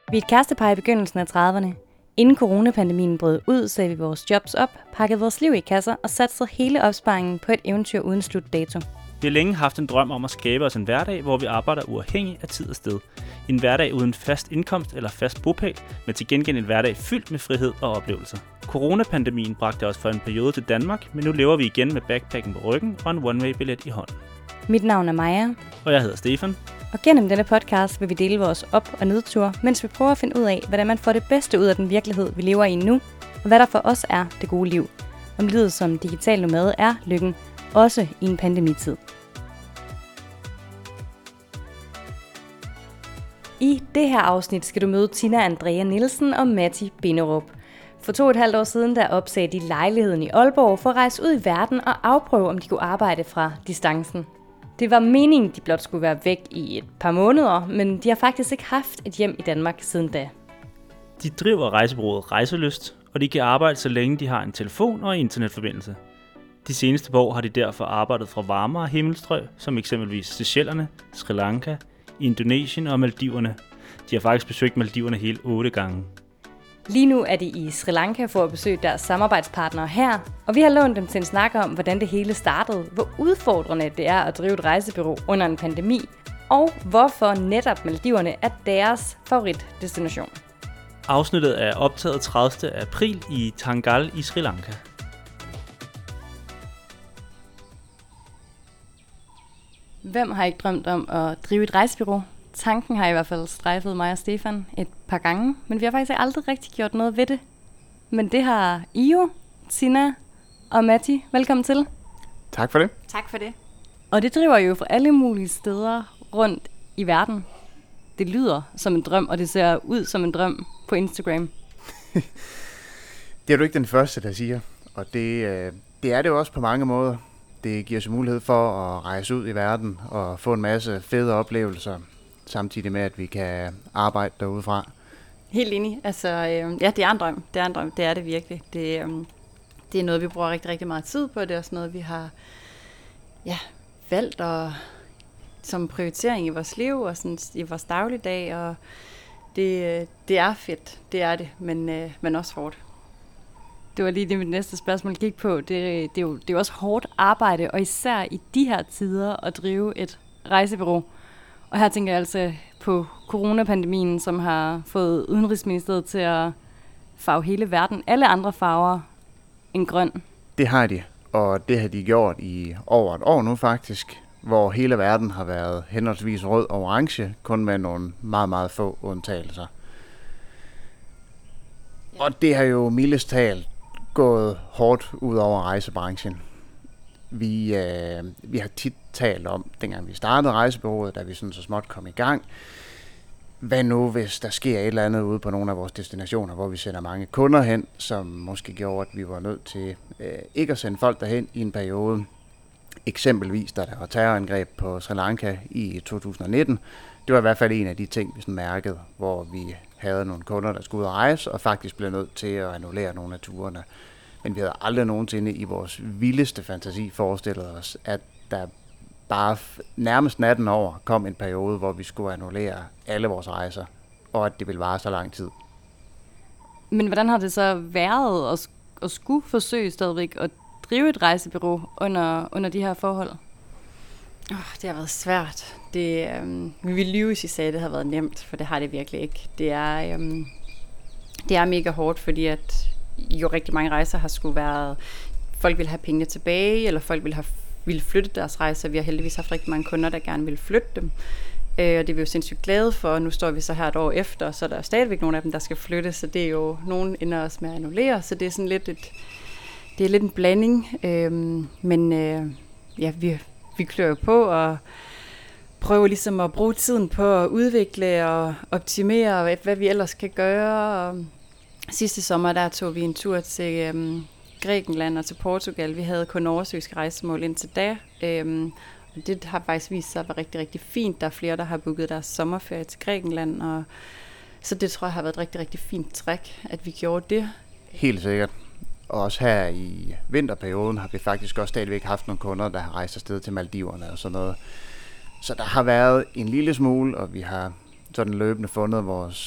Vi er et kærestepar i begyndelsen af 30'erne. Inden coronapandemien brød ud, sagde vi vores jobs op, pakkede vores liv i kasser og satsede hele opsparingen på et eventyr uden slutdato. Vi har længe haft en drøm om at skabe os en hverdag, hvor vi arbejder uafhængigt af tid og sted. En hverdag uden fast indkomst eller fast bopæl, men til gengæld en hverdag fyldt med frihed og oplevelser. Coronapandemien bragte os for en periode til Danmark, men nu lever vi igen med backpacken på ryggen og en one-way-billet i hånden. Mit navn er Maja, Og jeg hedder Stefan. og gennem denne podcast vil vi dele vores op- og nedture, mens vi prøver at finde ud af, hvordan man får det bedste ud af den virkelighed, vi lever i nu, og hvad der for os er det gode liv. Om livet som digital nomade er lykken, også i en pandemitid. I det her afsnit skal du møde Tina Andrea Nielsen og Matti Binderup. For 2,5 år siden der opsagde de lejligheden i Aalborg for at rejse ud i verden og afprøve, om de kunne arbejde fra distancen. Det var meningen, de blot skulle være væk i et par måneder, men de har faktisk ikke haft et hjem i Danmark siden da. De driver rejsebureauet Rejselyst, og de kan arbejde, så længe de har en telefon og internetforbindelse. De seneste par år har de derfor arbejdet fra varmere himmelstrøg, som eksempelvis Seychellerne, Sri Lanka, Indonesien og Maldiverne. De har faktisk besøgt Maldiverne hele 8 gange. Lige nu er de i Sri Lanka for at besøge deres samarbejdspartnere her, og vi har lånt dem til en snak om, hvordan det hele startede, hvor udfordrende det er at drive et rejsebureau under en pandemi, og hvorfor netop Maldiverne er deres favoritdestination. Afsnittet er optaget 30. april i Tangal i Sri Lanka. Hvem har ikke drømt om at drive et rejsebureau? Tanken har i hvert fald strejfet mig og Stefan et par gange, men vi har faktisk aldrig rigtig gjort noget ved det. Men det har I jo, Tina og Matti. Velkommen til. Tak for det. Tak for det. Og det driver jo fra alle mulige steder rundt i verden. Det lyder som en drøm, og det ser ud som en drøm på Instagram. Det er du ikke den første, der siger. Og det er det jo også på mange måder. Det giver os mulighed for at rejse ud i verden og få en masse fede oplevelser, samtidig med, at vi kan arbejde derudefra. Helt enig. Altså, ja, det er en drøm. Det er en drøm. Det er det virkelig. Det er noget, vi bruger rigtig, rigtig meget tid på. Det er også noget, vi har valgt som prioritering i vores liv og sådan, i vores dagligdag. Og det er fedt. Det er det, men også hårdt. Det var lige det, mit næste spørgsmål gik på. Det er jo også hårdt arbejde, og især i de her tider at drive et rejsebureau. Og her tænker jeg altså på coronapandemien, som har fået Udenrigsministeriet til at farve hele verden. Alle andre farver end grøn. Det har de, og det har de gjort i over et år nu faktisk, hvor hele verden har været henholdsvis rød og orange, kun med nogle meget, meget få undtagelser. Ja. Og det har jo mildest talt gået hårdt ud over rejsebranchen. Vi har tit talt om, dengang vi startede rejsebureauet, da vi sådan så småt kom i gang. Hvad nu, hvis der sker et eller andet ude på nogle af vores destinationer, hvor vi sender mange kunder hen, som måske gjorde, at vi var nødt til ikke at sende folk derhen i en periode. Eksempelvis, da der var terrorangreb på Sri Lanka i 2019. Det var i hvert fald en af de ting, vi sådan mærkede, hvor vi havde nogle kunder, der skulle ud og rejse, og faktisk blev nødt til at annullere nogle af turene. Men vi havde aldrig nogensinde i vores vildeste fantasi forestillet os, at der bare nærmest natten over kom en periode, hvor vi skulle annullere alle vores rejser, og at det ville vare så lang tid. Men hvordan har det så været at skulle forsøge stadigvæk at drive et rejsebureau under de her forhold? Det har været svært. Vi ville lyve, hvis I sagde, at det har været nemt, for det har det virkelig ikke. Det er mega hårdt, fordi at jo rigtig mange rejser har skulle været, folk vil have pengene tilbage, eller folk ville flytte deres rejser. Vi har heldigvis haft rigtig mange kunder, der gerne vil flytte dem. Og det er vi jo sindssygt glade for, og nu står vi så her et år efter, og så er der stadigvæk nogle af dem, der skal flytte, så det er jo, nogen ender os med at annullere, så det er sådan lidt lidt en blanding. Vi klør jo på og prøver ligesom at bruge tiden på at udvikle og optimere, hvad vi ellers kan gøre. Og sidste sommer, der tog vi en tur til Grækenland og til Portugal. Vi havde kun oversøiske rejsemål indtil da. Og det har faktisk vist sig at være rigtig, rigtig fint. Der er flere, der har booket deres sommerferie til Grækenland. Og så det tror jeg har været et rigtig, rigtig fint træk, at vi gjorde det. Helt sikkert. Og også her i vinterperioden har vi faktisk også stadigvæk haft nogle kunder, der har rejst afsted til Maldiverne og sådan noget. Så der har været en lille smule, og vi har sådan løbende fundet vores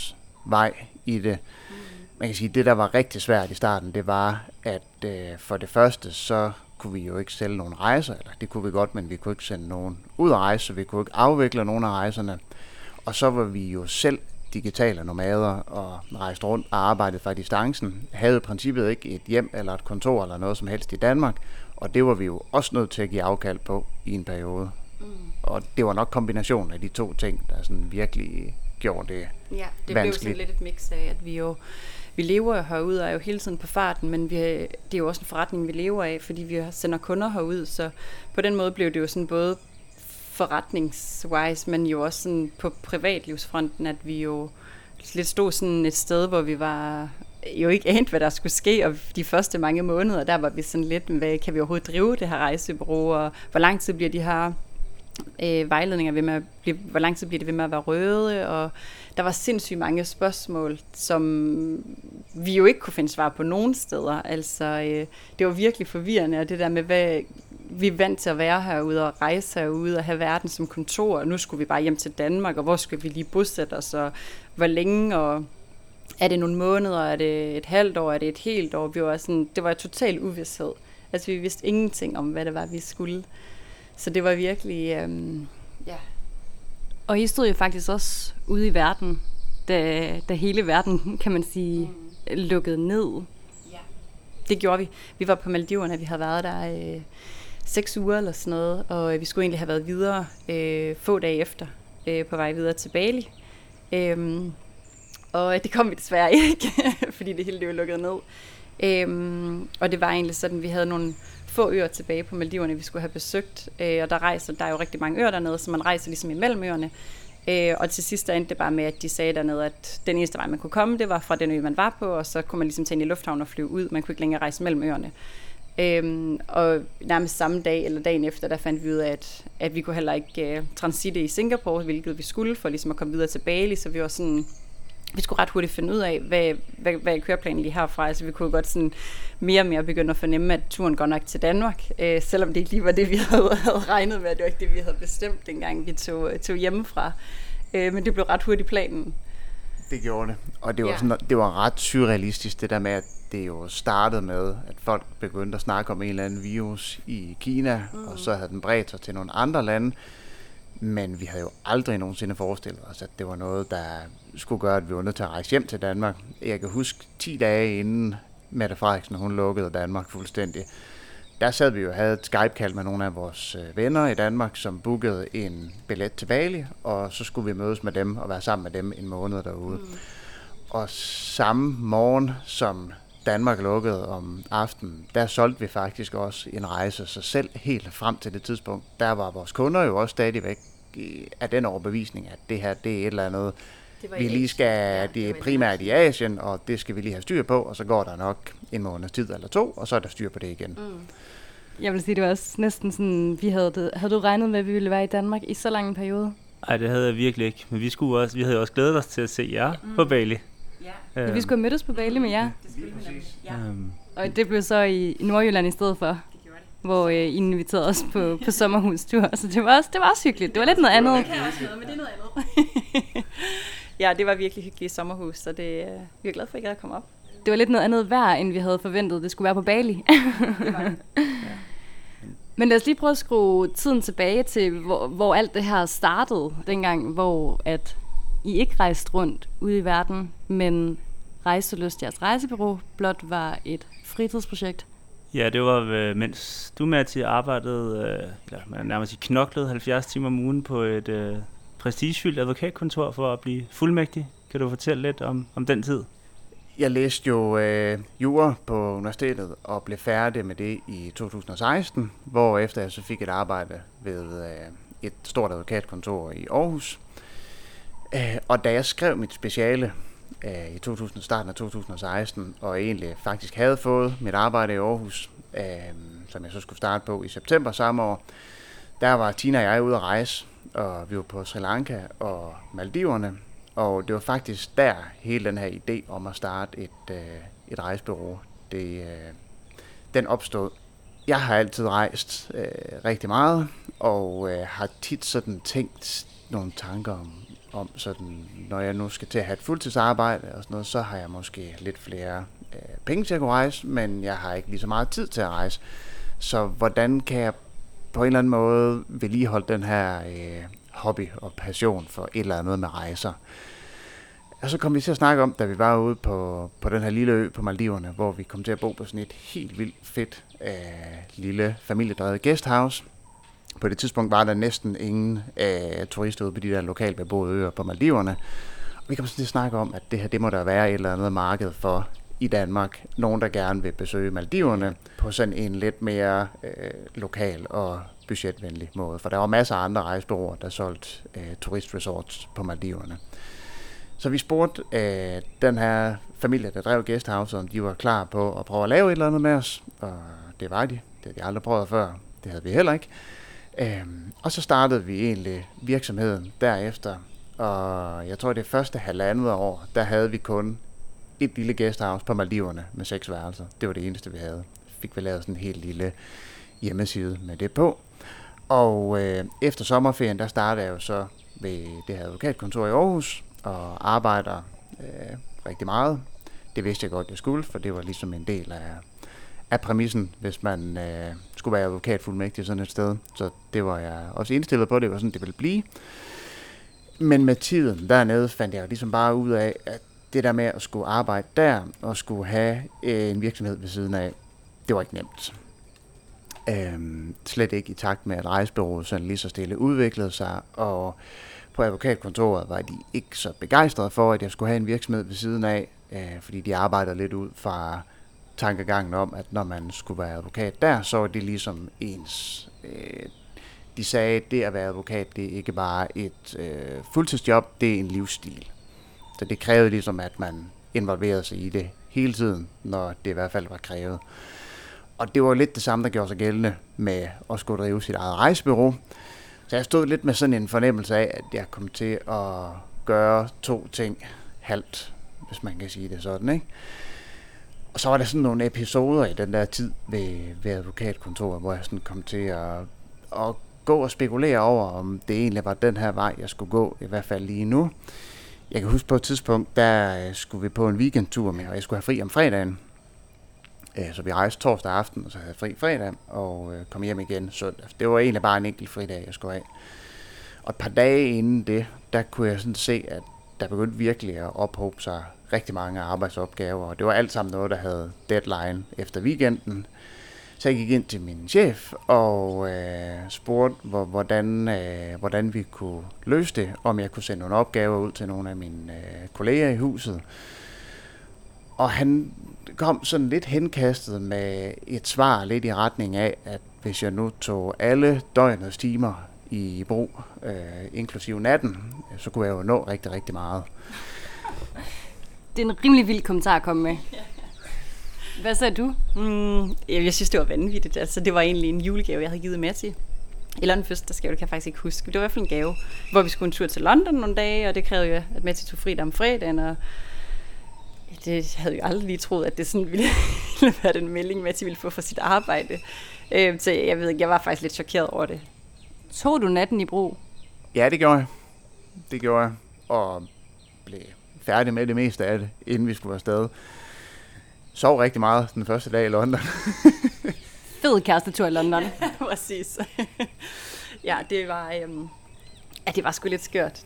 vej i det. Man kan sige, at det, der var rigtig svært i starten, det var, at for det første, så kunne vi jo ikke sælge nogen rejser, eller det kunne vi godt, men vi kunne ikke sende nogen ud at rejse, så vi kunne ikke afvikle nogen af rejserne. Og så var vi jo selv digitale nomader og rejste rundt og arbejdede fra distancen. Havde i princippet ikke et hjem eller et kontor eller noget som helst i Danmark, og det var vi jo også nødt til at give afkald på i en periode. Og det var nok kombinationen af de to ting, der sådan virkelig gjorde det det vanskeligt. blev sådan lidt et mix af, at vi lever herude og er jo hele tiden på farten, men det er jo også en forretning, vi lever af, fordi vi sender kunder herud, så på den måde blev det jo sådan både forretningswise, men jo også sådan på privatlivsfronten, at vi jo lidt stod sådan et sted, hvor vi var jo ikke anede, hvad der skulle ske, og de første mange måneder, der var vi sådan lidt, hvad kan vi overhovedet drive det her rejsebureau, og hvor lang tid bliver de her vejledninger ved med at blive, hvor lang tid bliver det ved med at være røde, og der var sindssygt mange spørgsmål, som vi jo ikke kunne finde svar på nogen steder. Altså, det var virkelig forvirrende, og det der med, hvad vi er vant til at være herude og rejse herude og have verden som kontor, og nu skulle vi bare hjem til Danmark, og hvor skulle vi lige bosætte os, og hvor længe, og er det nogle måneder, er det et halvt år, er det et helt år? Vi var sådan, det var total uvished. Altså, vi vidste ingenting om, hvad det var, vi skulle. Så det var virkelig, Og I stod jo faktisk også ude i verden, da hele verden, kan man sige, lukkede ned. Ja. Det gjorde vi. Vi var på Maldiverne, vi havde været der 6 uger eller sådan noget, og vi skulle egentlig have været videre få dage efter, på vej videre til Bali. Og det kom vi desværre ikke, fordi det hele det var lukket ned. Og det var egentlig sådan, vi havde nogle få øer tilbage på Maldiverne, vi skulle have besøgt, og der er jo rigtig mange øer dernede, så man rejser ligesom imellem øerne. Og til sidst endte det bare med, at de sagde dernede, at den eneste vej, man kunne komme, det var fra den ø, man var på, og så kunne man ligesom tage ind i lufthavnen og flyve ud. Man kunne ikke længere rejse mellem øerne. Og nærmest samme dag eller dagen efter, der fandt vi ud af, at vi kunne heller ikke transitte i Singapore, hvilket vi skulle, for ligesom at komme videre til Bali, så vi var sådan... Vi skulle ret hurtigt finde ud af, hvad er køreplanen lige herfra. Altså, vi kunne godt sådan mere og mere begynde at fornemme, at turen går nok til Danmark, selvom det ikke lige var det, vi havde regnet med. Det var ikke det, vi havde bestemt, dengang vi tog hjemmefra. Men det blev ret hurtigt planen. Det gjorde det. Og det var, sådan, det var ret surrealistisk, det der med, at det jo startede med, at folk begyndte at snakke om en eller anden virus i Kina, og så havde den bredt sig til nogle andre lande. Men vi havde jo aldrig nogensinde forestillet os, at det var noget, der skulle gøre, at vi var nødt til at rejse hjem til Danmark. Jeg kan huske 10 dage inden Mette Frederiksen, hun lukkede Danmark fuldstændig. Der sad vi jo og havde et Skype-kald med nogle af vores venner i Danmark, som bookede en billet til Bali, og så skulle vi mødes med dem og være sammen med dem en måned derude. Og samme morgen, som Danmark lukkede om aftenen, der solgte vi faktisk også en rejse, så selv helt frem til det tidspunkt, der var vores kunder jo også stadigvæk af den overbevisning, at det her, det er et eller andet, vi lige skal, det er primært i Asien, og det skal vi lige have styr på, og så går der nok en måneds tid eller 2, og så er der styr på det igen. Jeg vil sige, det var også næsten sådan, havde du regnet med, at vi ville være i Danmark i så lang en periode? Nej, det havde jeg virkelig ikke, men vi havde også glædet os til at se jer på Bali. Ja, vi skulle have mødtes på Bali med jer. Og det blev så i Nordjylland i stedet for, hvor I inviterede os på sommerhustur. Så det var også hyggeligt. Det var lidt noget andet. Det kan også noget, men det er noget andet. Ja, det var virkelig hyggeligt sommerhus, så vi er glade for, at I gad at komme op. Det var lidt noget andet vejr, end vi havde forventet, det skulle være på Bali. Men lad os lige prøve at skrue tiden tilbage til, hvor alt det her startede, dengang, hvor at I ikke rejste rundt ude i verden, men Rejselyst, jeres rejsebureau, blot var et fritidsprojekt. Ja, det var, mens du, Matti, arbejdede, nærmest knoklede 70 timer om ugen på et prestigefyldt advokatkontor for at blive fuldmægtig. Kan du fortælle lidt om den tid? Jeg læste jo jura på universitetet og blev færdig med det i 2016, hvor efter jeg så fik et arbejde ved et stort advokatkontor i Aarhus. Og da jeg skrev mit speciale i starten af 2016, og egentlig faktisk havde fået mit arbejde i Aarhus, som jeg så skulle starte på i september samme år, der var Tina og jeg ude at rejse, og vi var på Sri Lanka og Maldiverne, og det var faktisk der hele den her idé om at starte et rejsebureau, den opstod. Jeg har altid rejst rigtig meget, og har tit sådan tænkt nogle tanker om, sådan, når jeg nu skal til at have et fuldtidsarbejde og sådan noget, så har jeg måske lidt flere penge til at kunne rejse, men jeg har ikke lige så meget tid til at rejse. Så hvordan kan jeg på en eller anden måde vedligeholde den her hobby og passion for et eller andet med rejser? Og så kom vi til at snakke om, da vi var ude på den her lille ø på Maldiverne, hvor vi kom til at bo på sådan et helt vildt fedt lille familiedrevet guesthouse. På det tidspunkt var der næsten ingen turister ude på de der lokalt beboede øer på Maldiverne. Og vi kom så til at snakke om, at det her, det må der være et eller andet marked for i Danmark. Nogen, der gerne vil besøge Maldiverne på sådan en lidt mere lokal og budgetvenlig måde. For der var masser af andre rejsebureauer, der solgte turistresorts på Maldiverne. Så vi spurgte den her familie, der drev guesthouse, om de var klar på at prøve at lave et eller andet med os. Og det var de. Det havde de aldrig prøvet før. Det havde vi heller ikke. Og så startede vi egentlig virksomheden derefter. Og jeg tror, det første 1,5 år, der havde vi kun et lille guesthouse på Maldiverne med 6 værelser. Det var det eneste, vi havde. Fik vi lavet sådan en helt lille hjemmeside med det på. Og efter sommerferien, der startede jeg jo så ved det her advokatkontor i Aarhus og arbejder rigtig meget. Det vidste jeg godt, jeg skulle, for det var ligesom en del af præmissen, hvis man skulle være advokatfuldmægtig sådan et sted. Så det var jeg også indstillet på, det var sådan, det ville blive. Men med tiden dernede fandt jeg ligesom bare ud af, at det der med at skulle arbejde der og skulle have en virksomhed ved siden af, det var ikke nemt. Slet ikke i takt med, at rejsebureauet sådan lige så stille udviklede sig, og på advokatkontoret var de ikke så begejstrede for, at jeg skulle have en virksomhed ved siden af, fordi de arbejder lidt ud fra tankegangen om, at når man skulle være advokat der, så var det ligesom ens. De sagde, at det at være advokat, det er ikke bare et fuldtidsjob, det er en livsstil. Så det krævede ligesom, at man involverede sig i det hele tiden, når det i hvert fald var krævet. Og det var lidt det samme, der gjorde sig gældende med at skulle drive sit eget rejsebureau. Så jeg stod lidt med sådan en fornemmelse af, at jeg kom til at gøre 2 ting halvt, hvis man kan sige det sådan, ikke? Og så var der sådan nogle episoder i den der tid ved advokatkontoret, hvor jeg sådan kom til at gå og spekulere over, om det egentlig var den her vej, jeg skulle gå, i hvert fald lige nu. Jeg kan huske på et tidspunkt, der skulle vi på en weekendtur med, og jeg skulle have fri om fredagen. Så vi rejste torsdag aften, og så havde jeg fri fredag, og kom hjem igen søndag. Det var egentlig bare en enkelt fridag, jeg skulle have. Og et par dage inden det, der kunne jeg sådan se, at der begyndte virkelig at ophobe sig rigtig mange arbejdsopgaver, og det var alt sammen noget, der havde deadline efter weekenden. Så jeg gik ind til min chef og spurgte, hvordan vi kunne løse det, om jeg kunne sende nogle opgaver ud til nogle af mine kolleger i huset. Og han kom sådan lidt henkastet med et svar lidt i retning af, at hvis jeg nu tog alle døgnets timer i brug, inklusive natten, så kunne jeg jo nå rigtig, rigtig meget. Det er en rimelig vild kommentar at komme med. Hvad sagde du? Jeg synes, det var vanvittigt. Altså, det var egentlig en julegave, jeg havde givet Matti. Eller en fødselsdagsgave, det kan jeg faktisk ikke huske. Det var i hvert fald en gave, hvor vi skulle en tur til London nogle dage, og det krævede jo, at Matti tog fri om fredagen, og det havde jeg aldrig lige troet, at det sådan ville være den melding, Matti ville få for sit arbejde. Så jeg ved ikke, jeg var faktisk lidt chokeret over det. Tog du natten i brug? Ja, det gjorde jeg. Og blev færdig med det meste af det, inden vi skulle være afsted. Sov rigtig meget den første dag i London. Fed kærestetur i London. Præcis. Ja, det var sgu lidt skørt.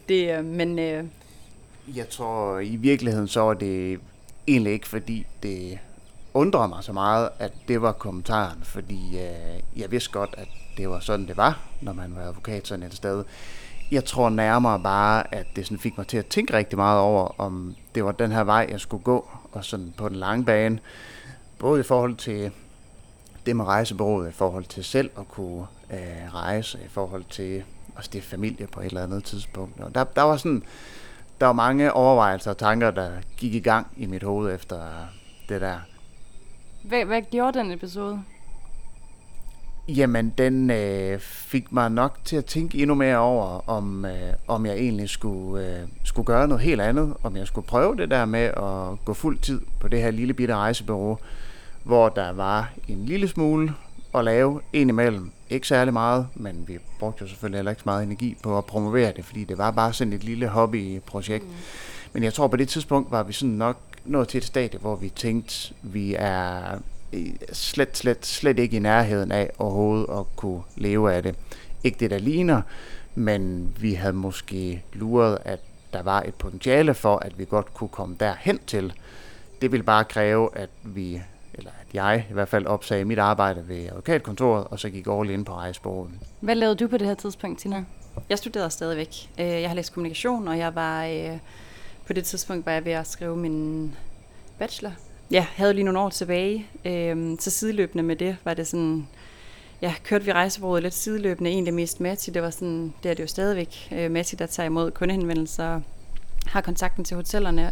Jeg tror i virkeligheden så var det egentlig ikke, fordi det undrede mig så meget, at det var kommentaren, fordi jeg vidste godt, at det var sådan, det var, når man var advokat sådan et sted. Jeg tror nærmere bare, at det sådan fik mig til at tænke rigtig meget over, om det var den her vej, jeg skulle gå, og sådan på den lange bane, både i forhold til det med rejsebureauet, i forhold til selv at kunne rejse, i forhold til at stifte familie på et eller andet tidspunkt. Og der var mange overvejelser og tanker, der gik i gang i mit hoved efter det der. Hvad gjorde den episode? Jamen, den fik mig nok til at tænke endnu mere over, om jeg egentlig skulle gøre noget helt andet. Om jeg skulle prøve det der med at gå fuld tid på det her lille bitte rejsebureau, hvor der var en lille smule at lave indimellem. Ikke særlig meget, men vi brugte jo selvfølgelig heller ikke så meget energi på at promovere det, fordi det var bare sådan et lille hobbyprojekt. Men jeg tror, på det tidspunkt var vi sådan nok nået til et stadie, hvor vi tænkte, vi er slet ikke i nærheden af overhovedet at kunne leve af det. Ikke det, der ligner, men vi havde måske luret, at der var et potentiale for, at vi godt kunne komme derhen til. Det ville bare kræve, at vi, eller at jeg i hvert fald opsagde mit arbejde ved advokatkontoret, og så gik all in på rejsebureauet. Hvad lavede du på det her tidspunkt, Tina? Jeg studerede stadigvæk. Jeg har læst kommunikation, og jeg var på det tidspunkt var jeg ved at skrive min bachelor. Jeg havde lige nogle år tilbage, så sideløbende med det var det sådan, kørte vi rejsebureauet lidt sideløbende, egentlig mest Matti. Det var sådan, det er det jo stadigvæk. Matti, der tager imod kundehenvendelser, har kontakten til hotellerne.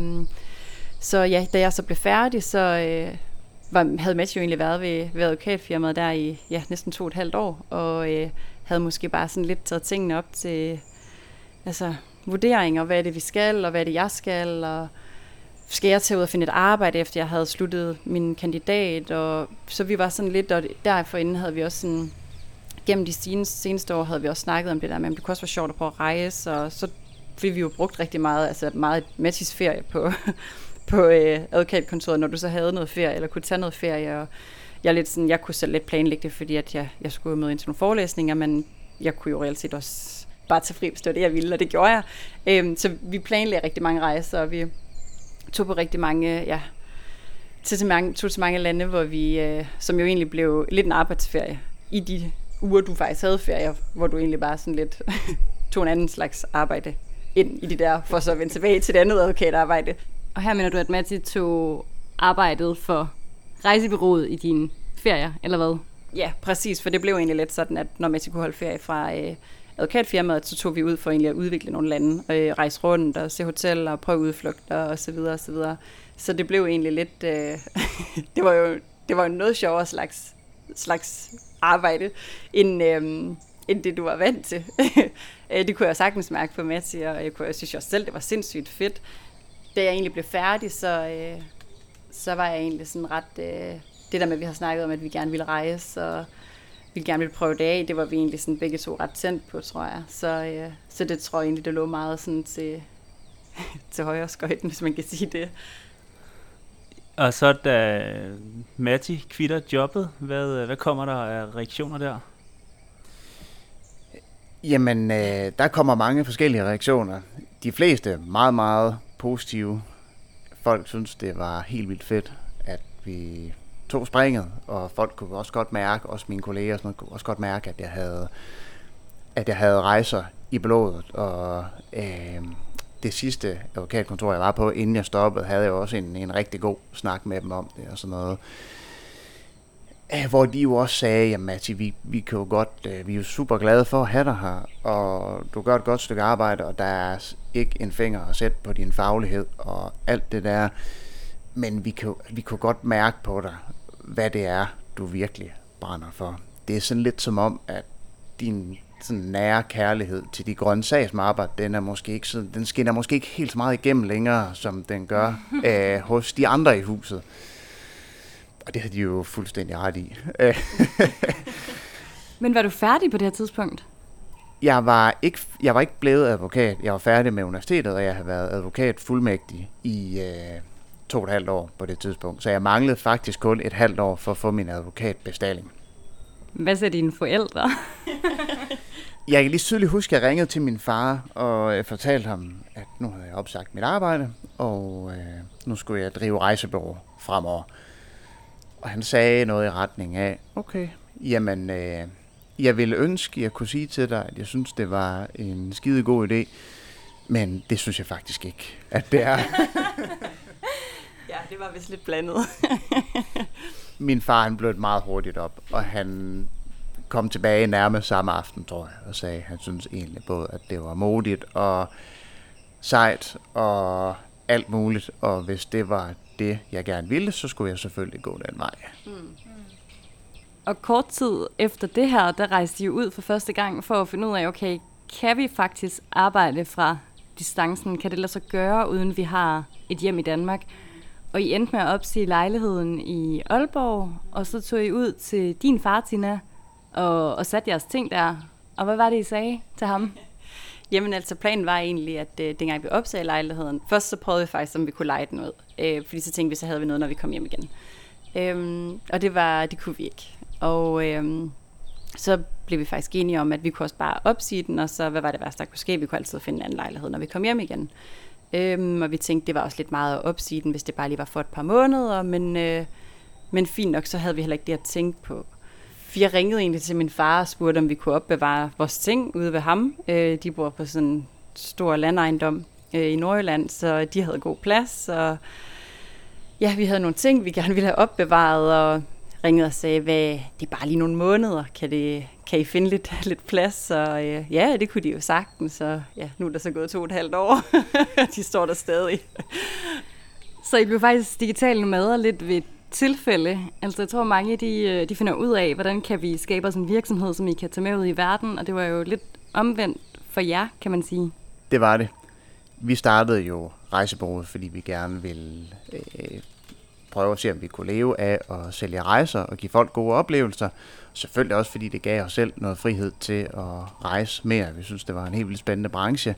Så ja, da jeg så blev færdig, så havde Matti jo egentlig været ved advokatfirmaet der i næsten 2,5 år, og havde måske bare sådan lidt taget tingene op til vurderinger, hvad er det vi skal, og hvad er det jeg skal, og skal jeg tage ud og finde et arbejde, efter jeg havde sluttet min kandidat, og så vi var sådan lidt, og derfor inden havde vi også sådan, gennem de seneste år havde vi også snakket om det der, men det kunne også være sjovt at prøve at rejse, og så fordi vi jo brugt rigtig meget, meget Mattis ferie på advokatkontoret, når du så havde noget ferie, eller kunne tage noget ferie, og jeg kunne selv lidt planlægge det, fordi at jeg skulle møde ind til nogle forelæsninger, men jeg kunne jo reelt set også bare tage fri, hvis det var det, jeg ville, og det gjorde jeg. Så vi planlagde rigtig mange rejser, og vi tog på rigtig mange, tog til mange lande, hvor vi, som jo egentlig blev lidt en arbejdsferie, i de uger, du faktisk havde ferie, hvor du egentlig bare sådan lidt tog en anden slags arbejde ind i de der, for så at vende tilbage til det andet advokatarbejde. Og her mener du, at Matti tog arbejdet for rejsebureauet i dine ferier, eller hvad? Ja, præcis, for det blev egentlig lidt sådan, at når Matti kunne holde ferie fra advokatfirmaet, så tog vi ud for egentlig at udvikle nogle lande, rejse rundt og se hoteller og prøve udflugter og så videre og så videre. Så det blev egentlig lidt, det var jo noget sjovere slags arbejde, end det du var vant til. Det kunne jeg sagtens mærke på Matti, og jeg synes også selv, det var sindssygt fedt. Da jeg egentlig blev færdig, så var jeg egentlig sådan ret, det der med, at vi har snakket om, at vi gerne ville rejse, og vi gerne ville prøve det af, det var vi egentlig sådan begge to ret tændt på, tror jeg. Så det tror jeg egentlig, det lå meget sådan til højre skøjten, hvis man kan sige det. Og så da Matti kvitter jobbet, hvad kommer der af reaktioner der? Jamen, der kommer mange forskellige reaktioner. De fleste meget, meget positive. Folk synes, det var helt vildt fedt, at vi tog springet, og folk kunne også godt mærke, også mine kolleger sådan noget, kunne også godt mærke, at jeg havde rejser i blodet, og det sidste advokatkontor, jeg var på, inden jeg stoppede, havde jeg også en rigtig god snak med dem om det og sådan noget. Hvor de jo også sagde, jamen Matti, vi kan jo godt, vi er jo super glade for at have dig her, og du gør et godt stykke arbejde, og der er ikke en finger at sætte på din faglighed og alt det der, men vi kan godt mærke på dig, hvad det er, du virkelig brænder for. Det er sådan lidt som om, at din sådan nære kærlighed til de grønne sagsmapper, den skinner måske ikke helt så meget igennem længere, som den gør hos de andre i huset. Og det havde de jo fuldstændig ret i. Men var du færdig på det her tidspunkt? Jeg var ikke blevet advokat. Jeg var færdig med universitetet, og jeg havde været advokat fuldmægtig i 2,5 år på det tidspunkt. Så jeg manglede faktisk kun et halvt år for at få min advokatbestalling. Hvad sagde dine forældre? Jeg kan lige tydeligt huske, at jeg ringede til min far og fortalte ham, at nu havde jeg opsagt mit arbejde, og nu skulle jeg drive rejsebureau fremover. Og han sagde noget i retning af, okay, jamen, jeg ville ønske, at jeg kunne sige til dig, at jeg synes, det var en skide god idé, men det synes jeg faktisk ikke, at det er. Ja, det var vist lidt blandet. Min far, han blev meget hurtigt op, og han kom tilbage nærmest samme aften, tror jeg, og sagde, at han synes egentlig både, at det var modigt og sejt og alt muligt, og hvis det var det, jeg gerne ville, så skulle jeg selvfølgelig gå den vej. Og kort tid efter det her, der rejste de ud for første gang for at finde ud af, okay, kan vi faktisk arbejde fra distancen? Kan det lade sig gøre, uden vi har et hjem i Danmark? og I endte med at opsige lejligheden i Aalborg, og så tog I ud til din far, Tina, og satte jeres ting der. Og hvad var det, I sagde til ham? Jamen altså, planen var egentlig, at dengang vi opsagde lejligheden, først så prøvede vi faktisk, om vi kunne leje den ud. Fordi så tænkte vi, så havde vi noget, når vi kom hjem igen. Og det kunne vi ikke. Og så blev vi faktisk enige om, at vi kunne også bare opsige den, og så hvad var det værste, der kunne ske? Vi kunne altid finde en anden lejlighed, når vi kom hjem igen. Og vi tænkte, det var også lidt meget at opsige den, hvis det bare lige var for et par måneder, men fint nok, så havde vi heller ikke det at tænke på. Jeg ringede egentlig til min far og spurgte, om vi kunne opbevare vores ting ude ved ham. De bor på sådan en stor landejendom i Nordjylland, så de havde god plads. Og ja, vi havde nogle ting, vi gerne ville have opbevaret, og ringede og sagde, det er bare lige nogle måneder, kan I finde lidt plads? Og ja, det kunne de jo sagtens, så ja, nu er der så gået 2,5 år. De står der stadig. Så I blev faktisk digitale nomader lidt ved tilfælde. Altså jeg tror mange, de finder ud af, hvordan kan vi skabe os en virksomhed, som I kan tage med ud i verden, og det var jo lidt omvendt for jer, kan man sige. Det var det. Vi startede jo rejsebureauet, fordi vi gerne ville prøve at se, om vi kunne leve af at sælge rejser og give folk gode oplevelser. Selvfølgelig også, fordi det gav os selv noget frihed til at rejse mere. Vi synes, det var en helt vildt spændende branche.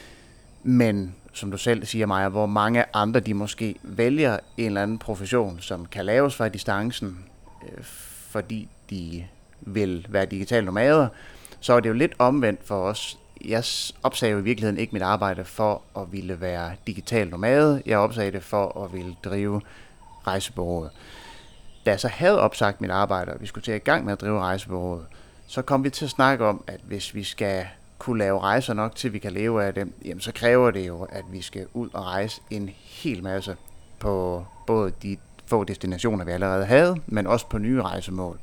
Men som du selv siger, Maja, hvor mange andre de måske vælger en eller anden profession, som kan laves fra distancen, fordi de vil være digitale nomader, så er det jo lidt omvendt for os. Jeg opsagde jo i virkeligheden ikke mit arbejde for at ville være digital nomade. Jeg opsagde det for at ville drive rejsebureauet. Da jeg så havde opsagt mit arbejde, og vi skulle til i gang med at drive rejsebureauet, så kom vi til at snakke om, at hvis vi skal kunne lave rejser nok til, vi kan leve af dem, jamen så kræver det jo, at vi skal ud og rejse en hel masse på både de få destinationer, vi allerede havde, men også på nye rejsemål.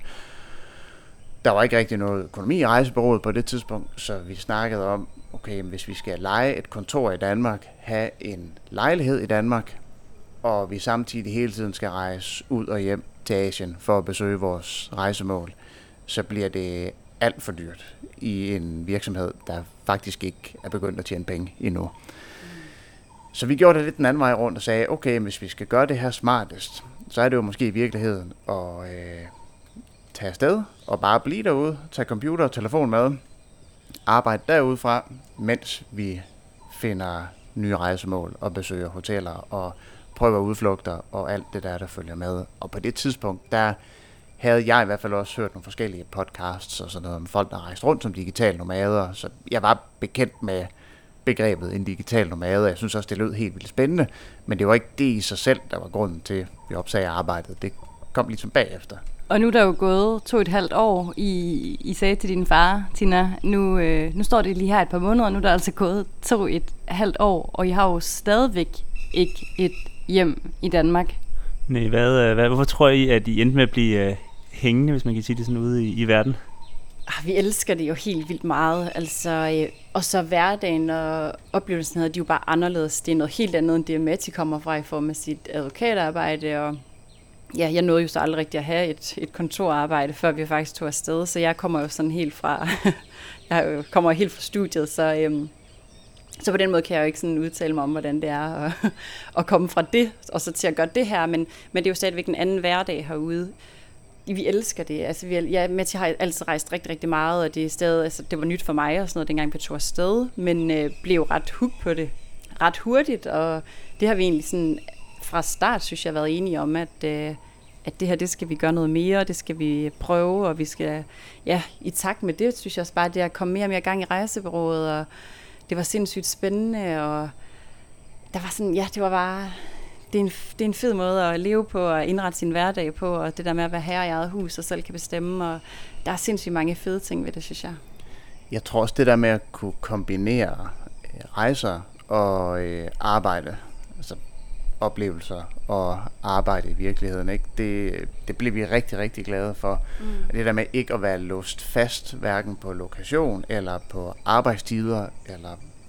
Der var ikke rigtig noget økonomi i rejsebureauet på det tidspunkt, så vi snakkede om, okay, hvis vi skal leje et kontor i Danmark, have en lejlighed i Danmark, og vi samtidig hele tiden skal rejse ud og hjem til Asien for at besøge vores rejsemål, så bliver det alt for dyrt i en virksomhed, der faktisk ikke er begyndt at tjene penge endnu. Så vi gjorde det lidt den anden vej rundt og sagde, okay, hvis vi skal gøre det her smartest, så er det jo måske i virkeligheden at tage afsted og bare blive derude, tage computer og telefon med, arbejde derudefra, mens vi finder nye rejsemål og besøger hoteller og prøver udflugter og alt det der følger med. Og på det tidspunkt, der havde jeg i hvert fald også hørt nogle forskellige podcasts og sådan noget om folk, der rejste rundt som digitale nomader, så jeg var bekendt med begrebet en digital nomade. Jeg synes også, det lød helt vildt spændende, men det var ikke det i sig selv, der var grunden til, at vi opsagde arbejdet. Det kom ligesom bagefter. Og nu er der jo gået 2,5 år, I sagde til din far, Tina, nu står det lige her et par måneder, nu er der altså gået 2,5 år, og I har jo stadigvæk ikke et hjem i Danmark. Nej, hvorfor tror I, at I endte med at blive hængende, hvis man kan sige det sådan, ude i verden? Vi elsker det jo helt vildt meget, altså, og så hverdagen og oplevelsen her, de er jo bare anderledes. Det er noget helt andet, end det Matti kommer fra i form af sit advokatarbejde, og ja, jeg nåede jo så aldrig rigtig at have et kontorarbejde, før vi faktisk tog afsted, så jeg kommer jo sådan helt fra, jeg kommer helt fra studiet, så på den måde kan jeg jo ikke sådan udtale mig om, hvordan det er at komme fra det, og så til at gøre det her, men det er jo stadigvæk en anden hverdag herude. Vi elsker det. Altså, Matti har altid rejst rigtig, rigtig meget, og det er stadig, altså, det var nyt for mig og sådan noget, dengang vi tog afsted, men blev ret hooked på det ret hurtigt, og det har vi egentlig sådan fra start, synes jeg, været enige om, at det her, det skal vi gøre noget mere, det skal vi prøve, og vi skal, ja, i takt med det, synes jeg også bare, det at komme mere og mere gang i rejsebureauet, og det var sindssygt spændende, og der var sådan, ja, det var bare, det er en fed måde at leve på, og indrette sin hverdag på, og det der med at være herre i eget hus, og selv kan bestemme, og der er sindssygt mange fede ting ved det, synes jeg. Jeg tror også, det der med at kunne kombinere rejser og arbejde, altså oplevelser og arbejde i virkeligheden, ikke? Det blev vi rigtig, rigtig glade for. Det der med ikke at være låst fast, hverken på lokation eller på arbejdstider, eller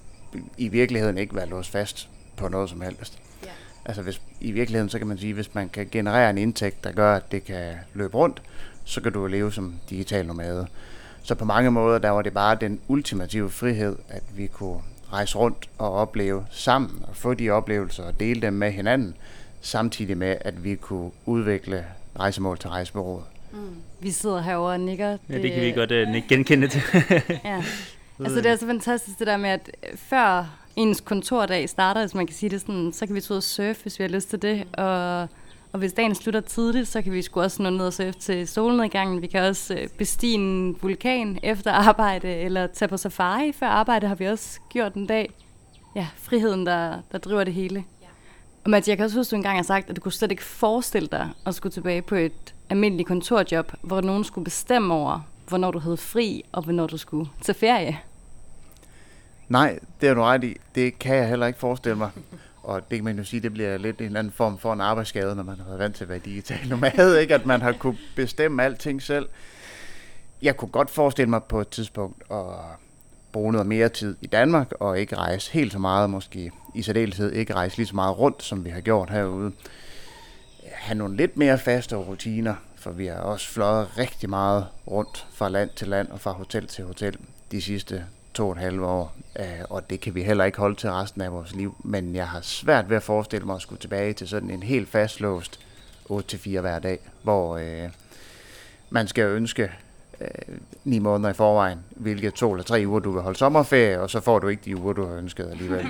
i virkeligheden ikke være låst fast på noget som helst. Ja. Altså i virkeligheden, så kan man sige, hvis man kan generere en indtægt, der gør, at det kan løbe rundt, så kan du leve som digital nomade. Så på mange måder, der var det bare den ultimative frihed, at vi kunne rejse rundt og opleve sammen, og få de oplevelser og dele dem med hinanden, samtidig med, at vi kunne udvikle rejsemål til rejsebureauet. Vi sidder herovre og nikker. Ja, det kan vi godt genkende til. Ja. Altså det er så fantastisk det der med, at før ens kontordag starter, hvis man kan sige det sådan, så kan vi tage ud og surfe, hvis vi har lyst til det. Og hvis dagen slutter tidligt, så kan vi sgu også nå ned og surfe til solnedgangen. Vi kan også bestige en vulkan efter arbejde, eller tage på safari før arbejde, har vi også gjort en dag. Ja, friheden, der driver det hele. Ja. Og Mads, jeg kan også huske, at du engang har sagt, at du kunne slet ikke forestille dig at skulle tilbage på et almindeligt kontorjob, hvor nogen skulle bestemme over, hvornår du havde fri, og hvornår du skulle til ferie. Nej, det er du ret i. Det kan jeg heller ikke forestille mig. Og det kan man jo sige, det bliver lidt en eller anden form for en arbejdsskade, når man har været vant til at være digital nomad, ikke? At man har kunne bestemme alting selv. Jeg kunne godt forestille mig på et tidspunkt at bruge noget mere tid i Danmark, og ikke rejse helt så meget, måske i særdeleshed ikke rejse lige så meget rundt, som vi har gjort herude. Have nogle lidt mere faste rutiner, for vi har også fløjet rigtig meget rundt fra land til land og fra hotel til hotel de sidste 2,5 år, og det kan vi heller ikke holde til resten af vores liv, men jeg har svært ved at forestille mig at skulle tilbage til sådan en helt fastlåst 8-4 hver dag, hvor man skal ønske 9 måneder i forvejen, hvilke 2 eller 3 uger du vil holde sommerferie, og så får du ikke de uger, du har ønsket alligevel.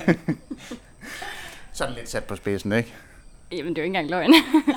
Sådan lidt sat på spidsen, ikke? Jamen, det er jo ikke engang løgn.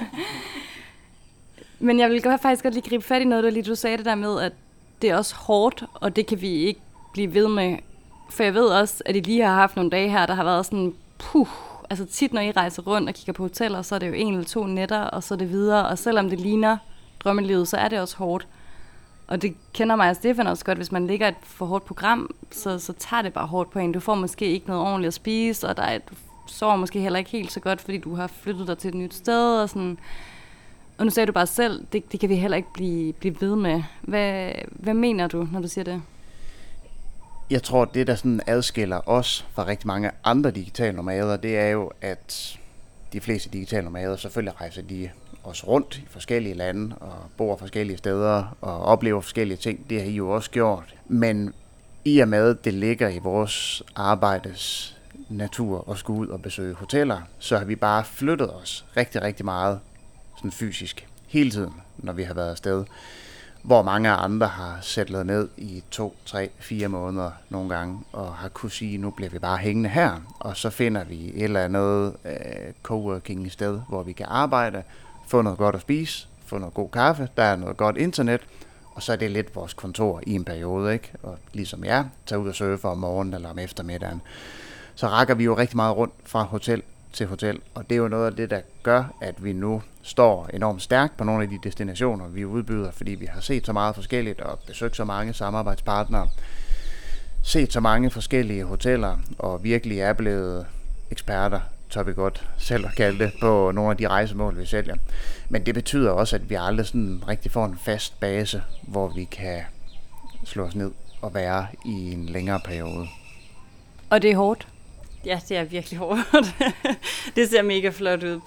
Men jeg vil faktisk godt lige gribe fat i noget, du sagde det der med, at det er også hårdt, og det kan vi ikke blive ved med. For jeg ved også, at I lige har haft nogle dage her, der har været sådan, altså tit når I rejser rundt og kigger på hoteller, så er det jo 1 eller 2 nætter, og så er det videre. Og selvom det ligner drømmelivet, så er det også hårdt. Og det kender mig og Stefan også godt, hvis man ligger et for hårdt program, så tager det bare hårdt på en. Du får måske ikke noget ordentligt at spise, og du sover måske heller ikke helt så godt, fordi du har flyttet dig til et nyt sted. Og, sådan. Og nu sagde du bare selv, det kan vi heller ikke blive ved med. Hvad mener du, når du siger det? Jeg tror, det der sådan adskiller os fra rigtig mange andre digitale nomader, det er jo, at de fleste digitale nomader, selvfølgelig rejser de også rundt i forskellige lande og bor forskellige steder og oplever forskellige ting. Det har I jo også gjort. Men i og med, det ligger i vores arbejdes natur at skulle ud og besøge hoteller, så har vi bare flyttet os rigtig, rigtig meget sådan fysisk hele tiden, når vi har været afsted. Hvor mange andre har sætlet ned i 2, 3, 4 måneder nogle gange, og har kunne sige, nu bliver vi bare hængende her, og så finder vi et eller andet coworking sted, hvor vi kan arbejde, få noget godt at spise, få noget god kaffe, der er noget godt internet, og så er det lidt vores kontor i en periode, ikke? Og ligesom jeg, tager ud og surfer om morgenen eller om eftermiddagen, så rækker vi jo rigtig meget rundt fra hotel til hotel, og det er jo noget af det, der gør, at vi nu står enormt stærkt på nogle af de destinationer, vi udbyder, fordi vi har set så meget forskelligt og besøgt så mange samarbejdspartnere, set så mange forskellige hoteller, og virkelig er blevet eksperter, tør vi godt selv at kalde det, på nogle af de rejsemål, vi sælger. Men det betyder også, at vi aldrig sådan rigtig får en fast base, hvor vi kan slå os ned og være i en længere periode. Og det er hårdt? Ja, det er virkelig hårdt. Det ser mega flot ud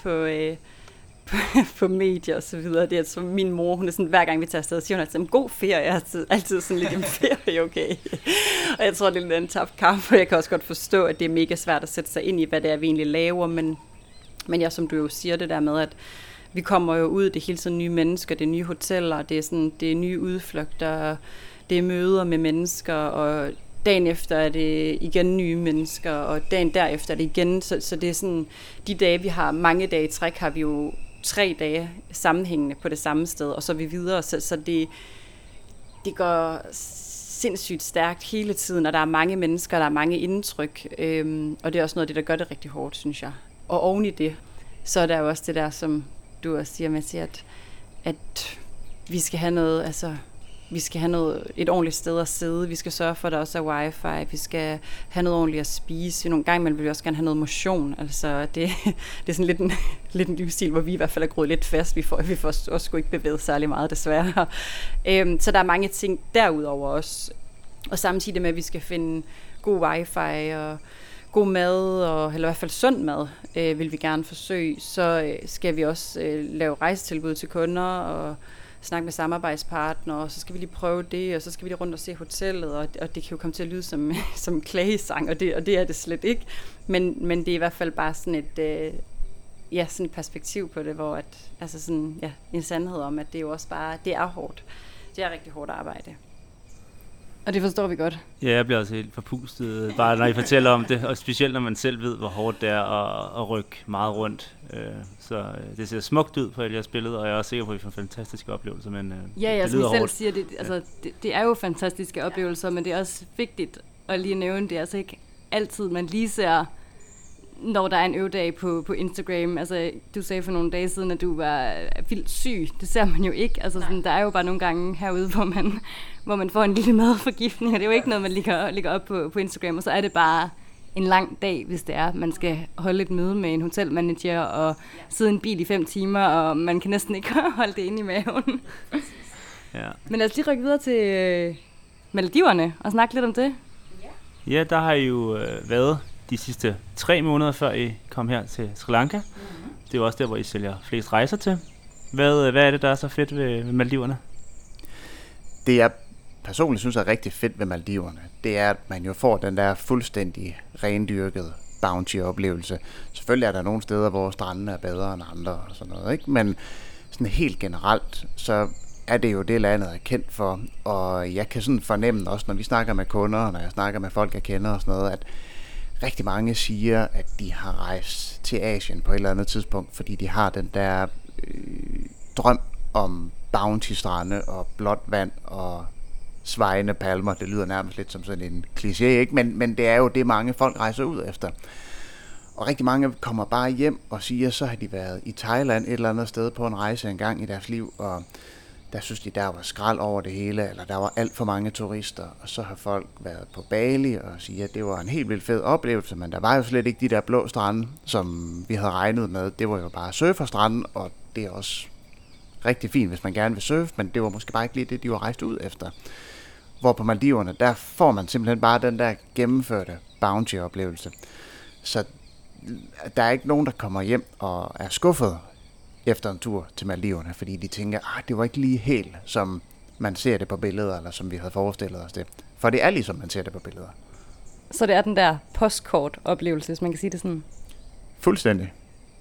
på medier og så videre. Det er som min mor, hun er sådan, hver gang vi tager afsted, siger hun altid, god ferie. Jeg er altid sådan lidt, ferie, okay. Og jeg tror, det er lidt en tabt kamp, for jeg kan også godt forstå, at det er mega svært at sætte sig ind i, hvad det er, vi egentlig laver. Men jeg, som du jo siger, det der med, at vi kommer jo ud, det er hele tiden nye mennesker, det er nye hoteller, det er nye udflugter, det er møder med mennesker, og dagen efter er det igen nye mennesker, og dagen derefter er det igen. Så det er sådan, de dage, vi har, mange dage i træk, har vi jo 3 dage sammenhængende på det samme sted, og så er vi videre. Så det går sindssygt stærkt hele tiden, og der er mange mennesker, der er mange indtryk, og det er også noget af det, der gør det rigtig hårdt, synes jeg. Og oven i det, så er der jo også det der, som du også siger, Mads, at vi skal have noget, altså vi skal have et ordentligt sted at sidde, vi skal sørge for, at der også er wifi, vi skal have noget ordentligt at spise, nogle gange vil vi også gerne have noget motion, altså det er sådan lidt en livsstil, hvor vi i hvert fald er groet lidt fast, vi får også sgu ikke bevæget særlig meget, desværre. Så der er mange ting derudover også, og samtidig med, at vi skal finde god wifi og god mad, eller i hvert fald sund mad, vil vi gerne forsøge, så skal vi også lave rejsetilbud til kunder, og snakke med samarbejdspartnere, og så skal vi lige prøve det, og så skal vi lige rundt og se hotellet, og det kan jo komme til at lyde som klagesang, og det er det slet ikke. Men det er i hvert fald bare sådan sådan et perspektiv på det, hvor at, altså sådan, ja, en sandhed om, at det jo også bare, det er hårdt. Det er rigtig hårdt arbejde. Og det forstår vi godt. Ja, jeg bliver også helt forpustet, bare når I fortæller om det, og specielt når man selv ved, hvor hårdt det er at rykke meget rundt. Så det ser smukt ud på alle jeres billeder, og jeg er også sikker på, at I får fantastiske oplevelser, men det lyder hårdt. Siger, det er jo fantastiske oplevelser, men det er også vigtigt at lige nævne, det er altså ikke altid, man lige ser, når der er en øvedag på Instagram. Altså, du sagde for nogle dage siden, at du var vildt syg. Det ser man jo ikke. Altså, sådan, der er jo bare nogle gange herude, hvor man får en lille madforgiftning, og det er jo ikke noget, man lægger op på Instagram, og så er det bare en lang dag, hvis det er. Man skal holde et møde med en hotelmanager og sidde i en bil i 5 timer, og man kan næsten ikke holde det inde i maven. Ja. Men lad os lige rykke videre til Maldiverne og snakke lidt om det. Ja, der har I jo været de sidste 3 måneder, før I kom her til Sri Lanka. Mm-hmm. Det er jo også der, hvor I sælger flest rejser til. Hvad er det, der er så fedt ved Maldiverne? Det jeg personligt synes er rigtig fedt ved Maldiverne, det er, at man jo får den der fuldstændig rendyrkede bounty-oplevelse. Selvfølgelig er der nogle steder, hvor strandene er bedre end andre og sådan noget, ikke? Men sådan helt generelt, så er det jo det, landet er kendt for. Og jeg kan sådan fornemme også, når vi snakker med kunder, og når jeg snakker med folk, jeg kender og sådan noget, at rigtig mange siger, at de har rejst til Asien på et eller andet tidspunkt, fordi de har den der drøm om bounty-strande og blåt vand og svajende palmer. Det lyder nærmest lidt som sådan en kliché, ikke? Men det er jo det, mange folk rejser ud efter. Og rigtig mange kommer bare hjem og siger, så har de været i Thailand et eller andet sted på en rejse en gang i deres liv, og der synes de, der var skrald over det hele, eller der var alt for mange turister, og så har folk været på Bali og siger, at det var en helt vildt fed oplevelse, men der var jo slet ikke de der blå strande, som vi havde regnet med. Det var jo bare surferstranden, og det er også rigtig fint, hvis man gerne vil surfe, men det var måske bare ikke lige det, de var rejst ud efter. Hvor på Maldiverne, der får man simpelthen bare den der gennemførte bounty-oplevelse. Så der er ikke nogen, der kommer hjem og er skuffet efter en tur til Maldiverne, fordi de tænker, det var ikke lige helt, som man ser det på billeder, eller som vi havde forestillet os det. For det er ligesom man ser det på billeder. Så det er den der postkort-oplevelse, hvis man kan sige det sådan? Fuldstændig.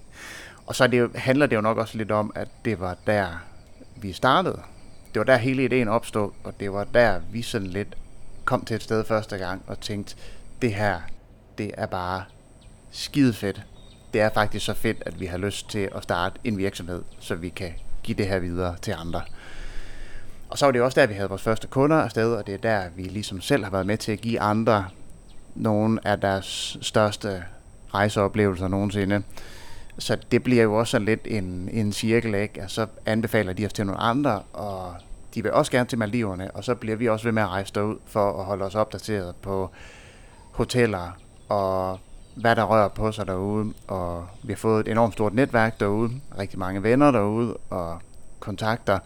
Og så handler det jo nok også lidt om, at det var der, vi startede. Det var der hele ideen opstod, og det var der, vi sådan lidt kom til et sted første gang og tænkte, det her, det er bare skide fedt. Det er faktisk så fedt, at vi har lyst til at starte en virksomhed, så vi kan give det her videre til andre. Og så var det også der, vi havde vores første kunder afsted, og det er der, vi ligesom selv har været med til at give andre nogle af deres største rejseoplevelser nogensinde. Så det bliver jo også sådan lidt en cirkel, ikke? Og så anbefaler de os til nogle andre, og de vil også gerne til Maldiverne, og så bliver vi også ved med at rejse derud for at holde os opdateret på hoteller og hvad der rører på sig derude, og vi har fået et enormt stort netværk derude, rigtig mange venner derude og kontakter.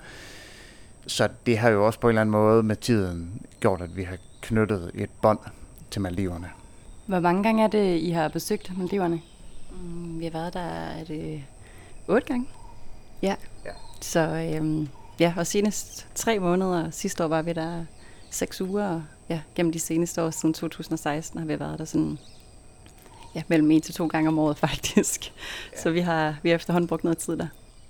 Så det har jo også på en eller anden måde med tiden gjort, at vi har knyttet et bånd til Maldiverne. Hvor mange gange er det, I har besøgt Maldiverne? Vi har været der 8 gange. Ja. Så og senest 3 måneder. Sidste år var vi der 6 uger, og gennem de seneste år, siden 2016, har vi været der sådan mellem 1 til 2 gange om året faktisk. Ja. Så vi har efterhånden brugt noget tid der.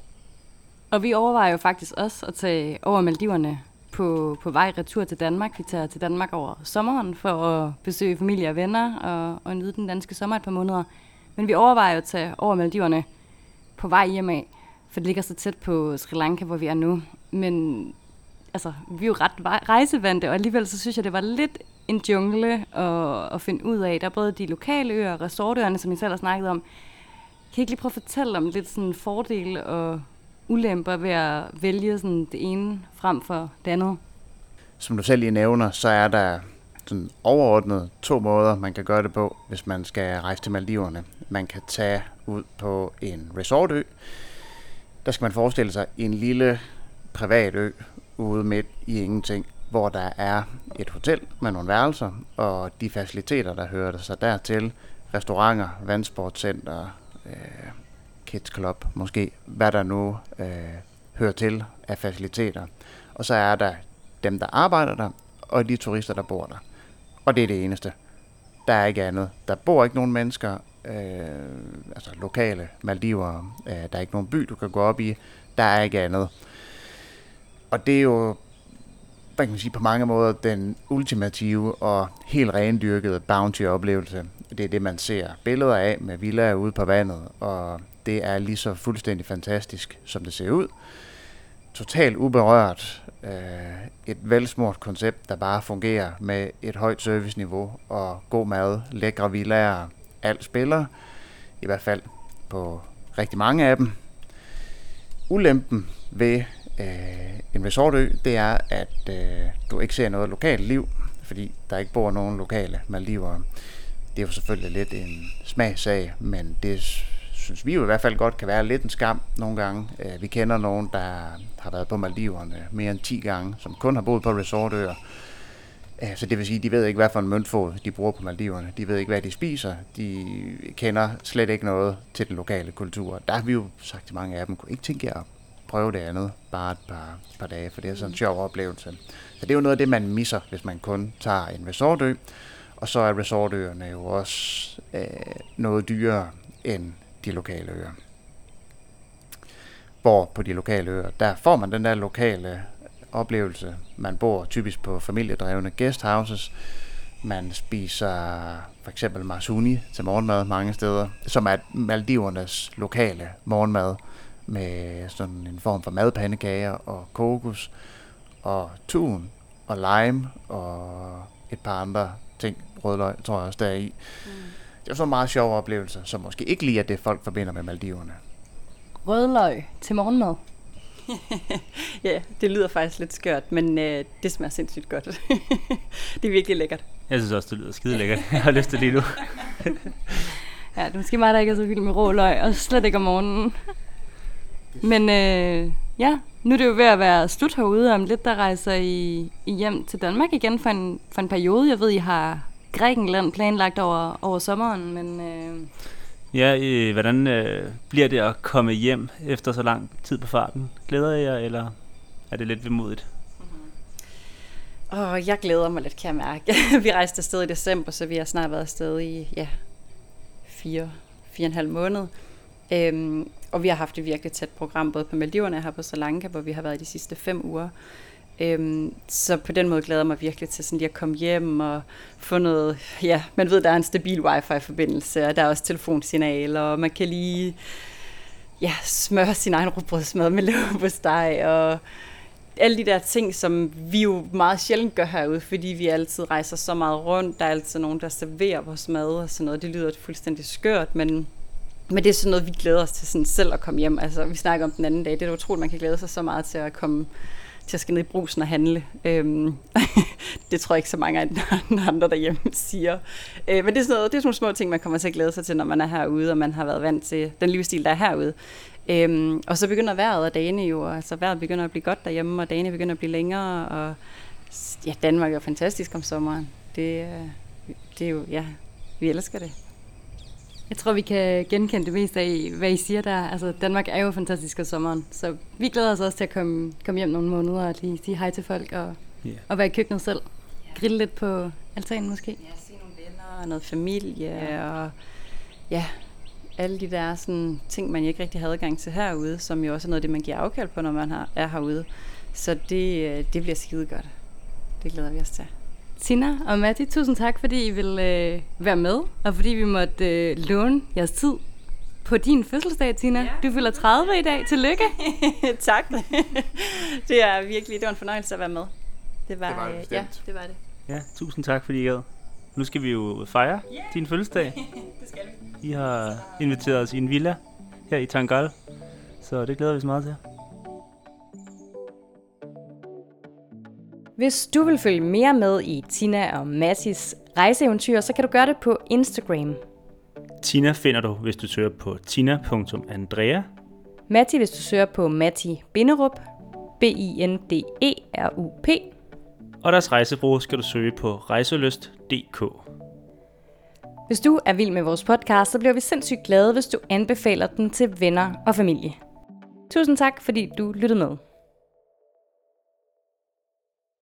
Og vi overvejer jo faktisk også at tage over Maldiverne på vej retur til Danmark. Vi tager til Danmark over sommeren for at besøge familie og venner og nyde den danske sommer et par måneder. Men vi overvejer at tage over Maldiverne på vej hjemad, for det ligger så tæt på Sri Lanka, hvor vi er nu. Men altså, vi er jo ret rejsevante, og alligevel så synes jeg, det var lidt en jungle at finde ud af. Der er både de lokale øer og resortøerne, som I selv har snakket om. Kan I ikke lige prøve at fortælle om lidt sådan fordele og ulemper ved at vælge sådan det ene frem for det andet? Som du selv lige nævner, så er der sådan overordnet 2 måder, man kan gøre det på, hvis man skal rejse til Maldiverne. Man kan tage ud på en resortø. Der skal man forestille sig en lille privat ø ude midt i ingenting, hvor der er et hotel med nogle værelser, og de faciliteter, der hører sig dertil, restauranter, vandsportcenter, kids club, måske, hvad der nu hører til af faciliteter. Og så er der dem, der arbejder der, og de turister, der bor der. Og det er det eneste. Der er ikke andet. Der bor ikke nogen mennesker, altså lokale Maldiver. Der er ikke nogen by, du kan gå op i. Der er ikke andet. Og det er jo, hvad kan man sige, på mange måder den ultimative og helt rendyrkede bounty-oplevelse. Det er det, man ser billeder af med villaer ude på vandet, og det er lige så fuldstændig fantastisk, som det ser ud. Totalt uberørt. Et velsmurt koncept, der bare fungerer med et højt serviceniveau og god mad, lækre villaer. Alt spiller, i hvert fald på rigtig mange af dem. Ulempen ved en resortø, det er, at du ikke ser noget lokalt liv, fordi der ikke bor nogen lokale Maldiver. Det er jo selvfølgelig lidt en smagssag, men det synes vi jo i hvert fald godt kan være lidt en skam nogle gange. Vi kender nogen, der har været på Maldiverne mere end 10 gange, som kun har boet på resortøer. Så det vil sige, de ved ikke, hvad for en møntfod de bruger på Maldiverne. De ved ikke, hvad de spiser. De kender slet ikke noget til den lokale kultur. Der har vi jo sagt til mange af dem, kunne ikke tænke jer at prøve det andet bare et par dage, for det er sådan en sjov oplevelse. Så det er jo noget af det, man misser, hvis man kun tager en resortø. Og så er resortøerne jo også noget dyrere end de lokale øer. Hvor på de lokale øer, der får man den der lokale oplevelse. Man bor typisk på familiedrevne guesthouses. Man spiser for eksempel marsuni til morgenmad mange steder, som er Maldivernes lokale morgenmad med sådan en form for madpandekager og kokos og tun og lime og et par andre ting. Rødløg tror jeg også der er i. Det er sådan en meget sjov oplevelse, som måske ikke lige er det, folk forbinder med Maldiverne. Rødløg til morgenmad. Ja, det lyder faktisk lidt skørt, men det smager sindssygt godt. Det er virkelig lækkert. Jeg synes også, det lyder skide lækkert. Jeg har lyst til lige nu. Ja, det er måske mig, der ikke er så vild med rødløg, og slet ikke om morgenen. Men ja, nu er det jo ved at være slut herude. Om lidt, der rejser I hjem til Danmark igen for en periode. Jeg ved, I har Grækenland planlagt over sommeren, men... Ja, hvordan bliver det at komme hjem efter så lang tid på farten? Glæder I jer, eller er det lidt vemodigt? Jeg glæder mig lidt, kan jeg mærke. Vi rejste afsted i december, så vi har snart været afsted i 4,5 måneder. Og vi har haft et virkelig tæt program, både på Maldiverne og her på Sri Lanka, hvor vi har været de sidste 5 uger. Så på den måde glæder jeg mig virkelig til sådan lige at komme hjem og få noget, man ved, der er en stabil wifi-forbindelse, og der er også telefonsignal, og man kan lige smøre sin egen rugbrødsmad med leverpostej, og alle de der ting, som vi jo meget sjældent gør herude, fordi vi altid rejser så meget rundt, der er altid nogen, der serverer vores mad og sådan noget. Det lyder fuldstændig skørt, men det er sådan noget, vi glæder os til sådan selv at komme hjem. Altså, vi snakker om den anden dag, det er utroligt, man kan glæde sig så meget til at komme til at skal ned i Brugsen og handle. Det tror jeg ikke så mange af andre derhjemme siger. Men det er sådan nogle små ting, man kommer til at glæde sig til, når man er herude, og man har været vant til den livsstil, der er herude. Og så begynder vejret og dagene jo, altså vejret begynder at blive godt derhjemme, og dagene begynder at blive længere, og Danmark er jo fantastisk om sommeren. Det er jo, vi elsker det. Jeg tror, vi kan genkende det mest af, hvad I siger der. Altså, Danmark er jo fantastisk om sommeren, så vi glæder os også til at komme hjem nogle måneder og lige sige hej til folk og være i køkkenet selv. Grille lidt på altanen måske. Ja, se nogle venner og noget familie og alle de der sådan, ting, man ikke rigtig havde adgang til herude, som jo også er noget af det, man giver afkald på, når man er herude. Så det bliver skide godt. Det glæder vi os til. Tina og Matti, tusind tak, fordi I ville være med, og fordi vi måtte låne jeres tid på din fødselsdag, Tina. Ja. Du fylder 30 i dag. Tillykke. Tak. Det var en fornøjelse at være med. Det var det bestemt. Det var det. Ja, tusind tak, fordi I gad. Nu skal vi jo fejre din fødselsdag. Det skal vi. I har inviteret os i en villa her i Tangal, så det glæder vi os meget til. Hvis du vil følge mere med i Tina og Mattis rejseeventyr, så kan du gøre det på Instagram. Tina finder du, hvis du søger på tina.andrea. Matti, hvis du søger på Matti Binderup, Binderup. Og deres rejsebureau skal du søge på rejselyst.dk. Hvis du er vild med vores podcast, så bliver vi sindssygt glade, hvis du anbefaler den til venner og familie. Tusind tak, fordi du lyttede med.